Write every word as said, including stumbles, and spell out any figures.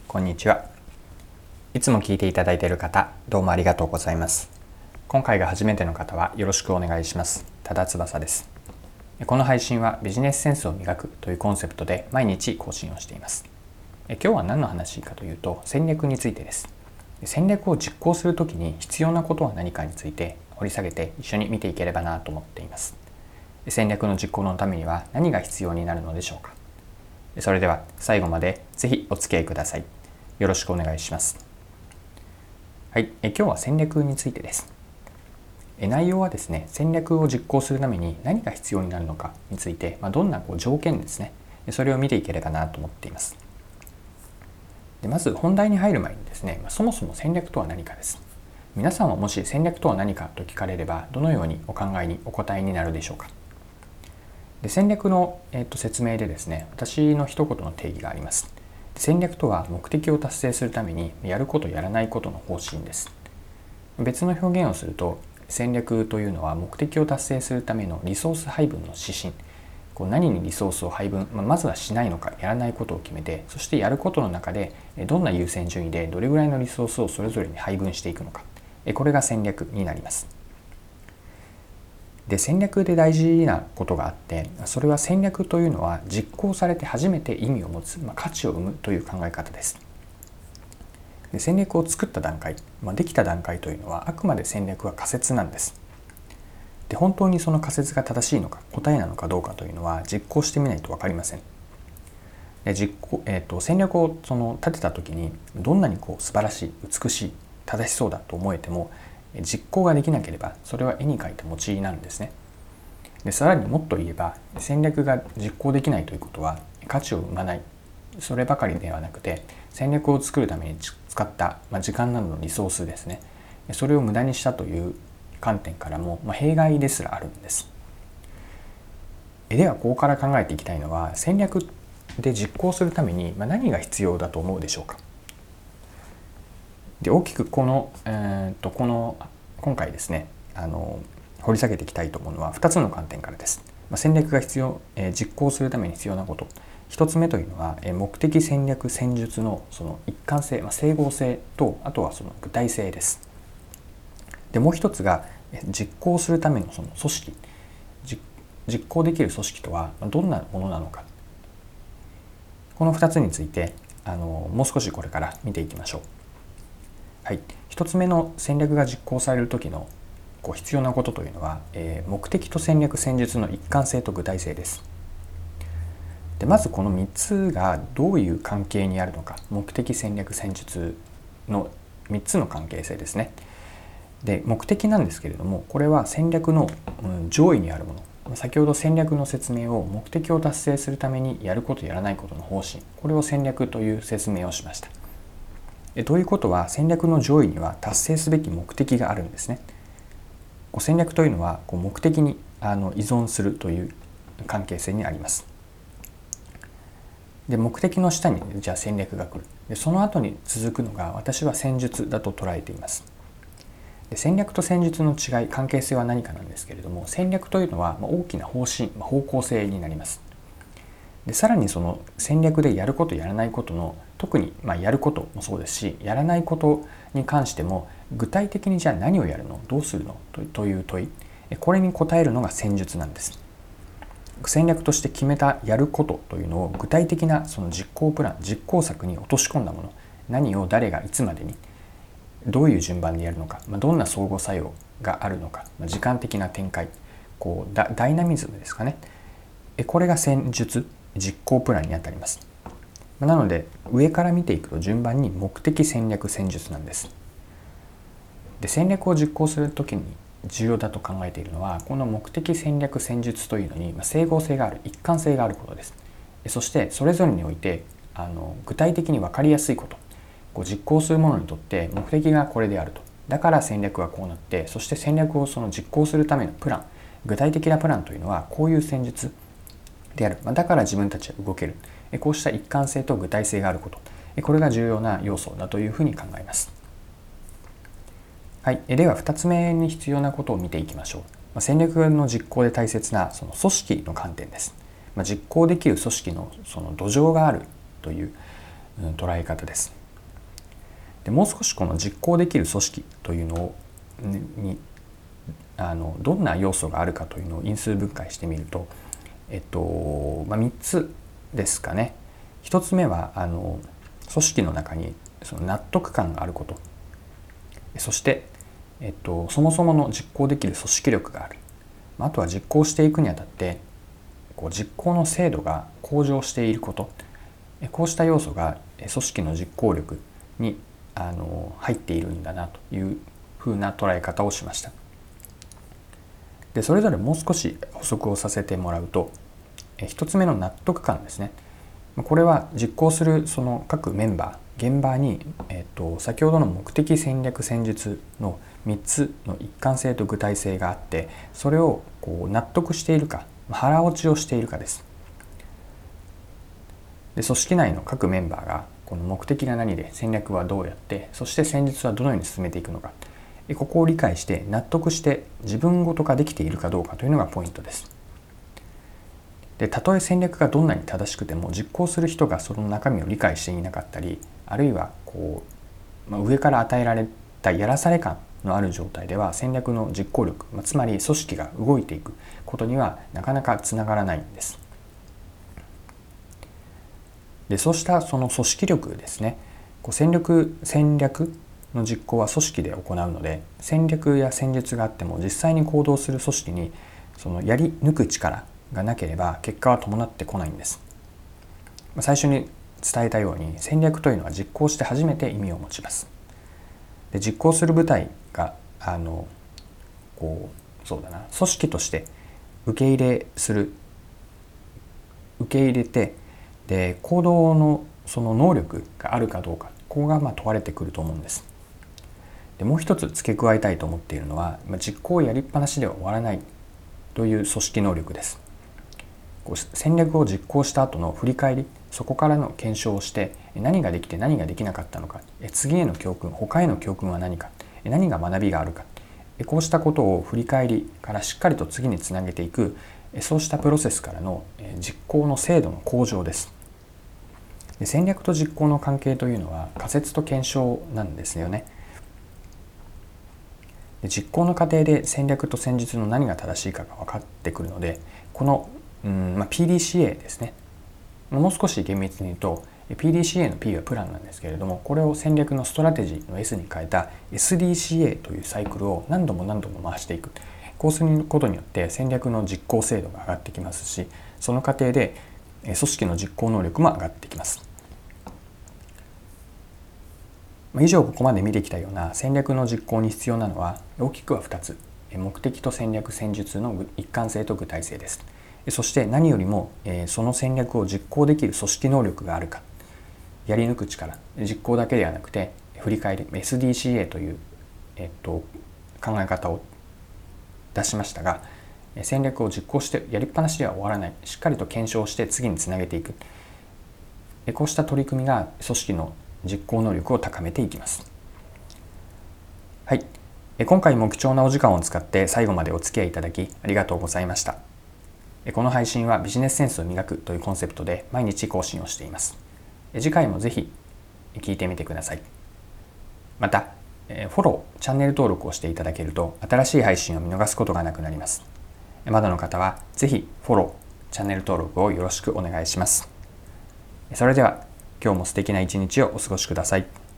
こんにちは。いつも聞いていただいている方、どうもありがとうございます。今回が初めての方はよろしくお願いします。多田翼です。この配信はビジネスセンスを磨くというコンセプトで毎日更新をしています。今日は何の話かというと、戦略についてです。戦略を実行するときに必要なことは何かについて掘り下げて一緒に見ていければなと思っています。戦略の実行のためには何が必要になるのでしょうか。それでは最後までぜひお付き合いください。よろしくお願いします。はい、え今日は戦略についてです。え内容はですね、戦略を実行するために何が必要になるのかについて、まあ、どんなこう条件ですね、それを見ていければなと思っています。でまず本題に入る前にですね、そもそも戦略とは何かです。皆さんはもし戦略とは何かと聞かれれば、どのようにお考えにお答えになるでしょうか。で戦略の、えー、と説明でですね、私の一言の定義があります。戦略とは目的を達成するためにやることやらないことの方針です。別の表現をすると、戦略というのは目的を達成するためのリソース配分の指針。こう何にリソースを配分、まあ、まずはしないのかやらないことを決めて、そしてやることの中でどんな優先順位でどれぐらいのリソースをそれぞれに配分していくのか、これが戦略になります。で戦略で大事なことがあって、それは戦略というのは実行されて初めて意味を持つ、まあ、価値を生むという考え方です。で戦略を作った段階、まあ、できた段階というのはあくまで戦略は仮説なんです。で本当にその仮説が正しいのか答えなのかどうかというのは実行してみないと分かりません。で実行、えー、と戦略をその立てた時にどんなにこう素晴らしい美しい正しそうだと思えても、実行ができなければそれは絵に描いた餅になるんですね。でさらにもっと言えば、戦略が実行できないということは価値を生まない、そればかりではなくて、戦略を作るために使った、まあ、時間などのリソースですね、それを無駄にしたという観点からも、まあ、弊害ですらあるんです。ではここから考えていきたいのは、戦略で実行するために何が必要だと思うでしょうか。で大きくこの、えー、とこの今回ですね、あの掘り下げていきたいと思うのはふたつの観点からです。まあ、戦略が必要、えー、実行するために必要なこと、ひとつめというのは、えー、目的戦略戦術のその一貫性、まあ、整合性と、あとはその具体性です。でもう一つが実行するためのその組織、実行できる組織とはどんなものなのか、このふたつについてあのもう少しこれから見ていきましょう。はい、ひとつめの戦略が実行される時のこう必要なことというのは、えー、目的と戦略戦術の一貫性と具体性です。でまずこのみっつがどういう関係にあるのか、目的戦略戦術のみっつの関係性ですね。で目的なんですけれども、これは戦略の、うん、上位にあるもの、先ほど戦略の説明を目的を達成するためにやることやらないことの方針、これを戦略という説明をしました。ということは、戦略の上位には達成すべき目的があるんですね。戦略というのは目的にあの依存するという関係性にあります。で目的の下にじゃあ戦略が来る。でその後に続くのが私は戦術だと捉えています。で戦略と戦術の違い、関係性は何かなんですけれども、戦略というのは大きな方針、方向性になります。でさらにその戦略でやることやらないことの、特にまあやることもそうですし、やらないことに関しても具体的にじゃあ何をやるの、どうするのという問い、これに答えるのが戦術なんです。戦略として決めたやることというのを具体的なその実行プラン、実行策に落とし込んだもの、何を誰がいつまでにどういう順番でやるのか、どんな相互作用があるのか、時間的な展開、こう ダ, ダイナミズムですかね、これが戦術、実行プランにあたります。なので上から見ていくと順番に目的戦略戦術なんです。で戦略を実行するときに重要だと考えているのは、この目的戦略戦術というのに整合性がある、一貫性があることです。そしてそれぞれにおいてあの具体的に分かりやすいこと、こう実行するものにとって目的がこれであると、だから戦略はこうなって、そして戦略をその実行するためのプラン、具体的なプランというのはこういう戦術である、だから自分たちは動ける、こうした一貫性と具体性があること、これが重要な要素だというふうに考えます。はい、ではふたつめに必要なことを見ていきましょう。戦略の実行で大切なその組織の観点です。実行できる組織のその土壌があるという捉え方です。 でもう少しこの実行できる組織というのをにあのどんな要素があるかというのを因数分解してみると、えっとまあ、みっつですかね。ひとつめはあの組織の中にその納得感があること、そして、えっと、そもそもの実行できる組織力がある、あとは実行していくにあたってこう実行の精度が向上していること、こうした要素が組織の実行力にあの入っているんだなというふうな捉え方をしました。でそれぞれもう少し補足をさせてもらうと、ひとつめの納得感ですね。これは実行するその各メンバー現場に、えっと、先ほどの目的戦略戦術のみっつの一貫性と具体性があって、それをこう納得しているか腹落ちをしているかです。で組織内の各メンバーがこの目的が何で戦略はどうやって、そして戦術はどのように進めていくのか、ここを理解して納得して自分ごと化できているかどうかというのがポイントです。でたとえ戦略がどんなに正しくても実行する人がその中身を理解していなかったり、あるいはこう、まあ、上から与えられたやらされ感のある状態では戦略の実行力、まあ、つまり組織が動いていくことにはなかなかつながらないんです。でそうしたその組織力ですね、こう戦略戦略の実行は組織で行うので、戦略や戦術があっても実際に行動する組織にそのやり抜く力がなければ結果は伴ってこないんです。最初に伝えたように戦略というのは実行して初めて意味を持ちます。で実行する部隊があのこうそうだな組織として受け入れする受け入れてで行動のその能力があるかどうか、ここがまあ問われてくると思うんです。でもう一つ付け加えたいと思っているのは、実行をやりっぱなしでは終わらないという組織能力です。こう戦略を実行した後の振り返り、そこからの検証をして何ができて何ができなかったのか、次への教訓、他への教訓は何か、何が学びがあるか、こうしたことを振り返りからしっかりと次につなげていく、そうしたプロセスからの実行の精度の向上です。で戦略と実行の関係というのは仮説と検証なんですよね。で実行の過程で戦略と戦術の何が正しいかが分かってくるので、この、うんまあ、ピーディーシーエー ですね。もう少し厳密に言うと ピーディーシーエー の P はプランなんですけれども、これを戦略のストラテジーの S に変えた エスディーシーエー というサイクルを何度も何度も回していく。こうすることによって戦略の実行精度が上がってきますし、その過程で組織の実行能力も上がってきます。以上ここまで見てきたような戦略の実行に必要なのは大きくはふたつ、目的と戦略戦術の一貫性と具体性です。そして何よりもその戦略を実行できる組織能力があるか、やり抜く力、実行だけではなくて振り返り エスディーシーエー という、えっと、考え方を出しましたが、戦略を実行してやりっぱなしでは終わらない、しっかりと検証して次につなげていく、こうした取り組みが組織の実行能力を高めていきます。はい、今回も貴重なお時間を使って最後までお付き合いいただきありがとうございました。この配信はビジネスセンスを磨くというコンセプトで毎日更新をしています。次回もぜひ聞いてみてください。また、フォロー、チャンネル登録をしていただけると新しい配信を見逃すことがなくなります。まだの方はぜひフォロー、チャンネル登録をよろしくお願いします。それでは今日も素敵な一日をお過ごしください。